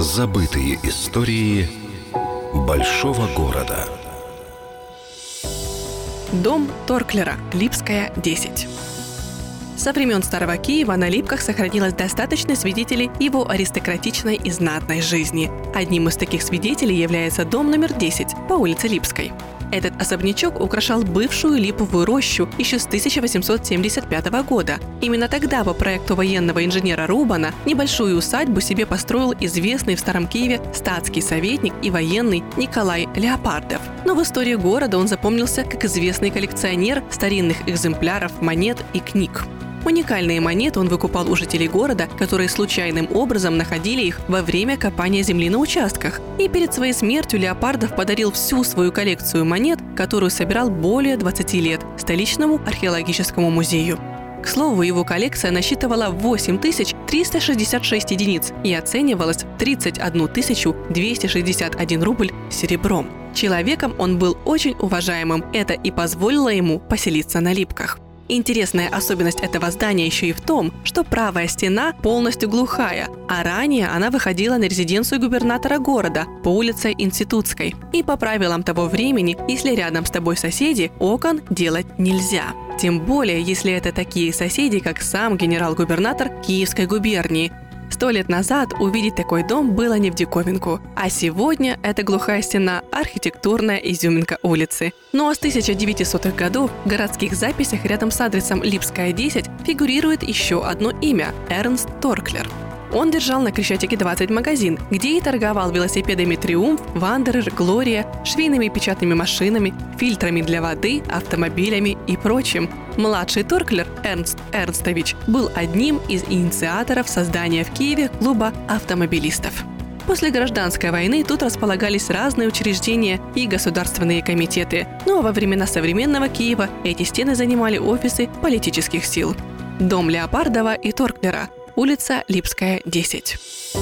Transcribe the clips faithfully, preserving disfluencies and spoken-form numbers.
Забытые истории большого города. Дом Торклера, Липская, десять. Со времен Старого Киева на Липках сохранилось достаточно свидетелей его аристократичной и знатной жизни. Одним из таких свидетелей является дом номер десять по улице Липской. Этот особнячок украшал бывшую липовую рощу еще с тысяча восемьсот семьдесят пятого года. Именно тогда по проекту военного инженера Рубана небольшую усадьбу себе построил известный в Старом Киеве статский советник и военный Николай Леопардов. Но в истории города он запомнился как известный коллекционер старинных экземпляров, монет и книг. Уникальные монеты он выкупал у жителей города, которые случайным образом находили их во время копания земли на участках. И перед своей смертью Леопардов подарил всю свою коллекцию монет, которую собирал более двадцати лет, столичному археологическому музею. К слову, его коллекция насчитывала восемь тысяч триста шестьдесят шесть единиц и оценивалась в тридцать одну тысячу двести шестьдесят один рубль серебром. Человеком он был очень уважаемым, это и позволило ему поселиться на Липках. Интересная особенность этого здания еще и в том, что правая стена полностью глухая, а ранее она выходила на резиденцию губернатора города по улице Институтской. И по правилам того времени, если рядом с тобой соседи, окон делать нельзя. Тем более, если это такие соседи, как сам генерал-губернатор Киевской губернии. Сто лет назад увидеть такой дом было не в диковинку, а сегодня эта глухая стена – архитектурная изюминка улицы. Ну а с тысяча девятисотых годов в городских записях рядом с адресом Липская, десять фигурирует еще одно имя – Эрнст Торклер. Он держал на Крещатике двадцать магазин, где и торговал велосипедами «Триумф», «Вандерер», «Глория», швейными печатными машинами, фильтрами для воды, автомобилями и прочим. Младший Торклер, Эрнст Эрнстович, был одним из инициаторов создания в Киеве клуба автомобилистов. После гражданской войны тут располагались разные учреждения и государственные комитеты, ну а во времена современного Киева эти стены занимали офисы политических сил. Дом Леопардова и Торклера. Улица Липская, десять.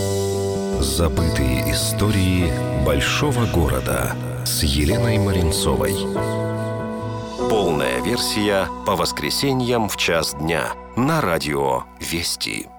Забытые истории большого города с Еленой Маринцовой. Полная версия по воскресеньям в час дня на радио Вести.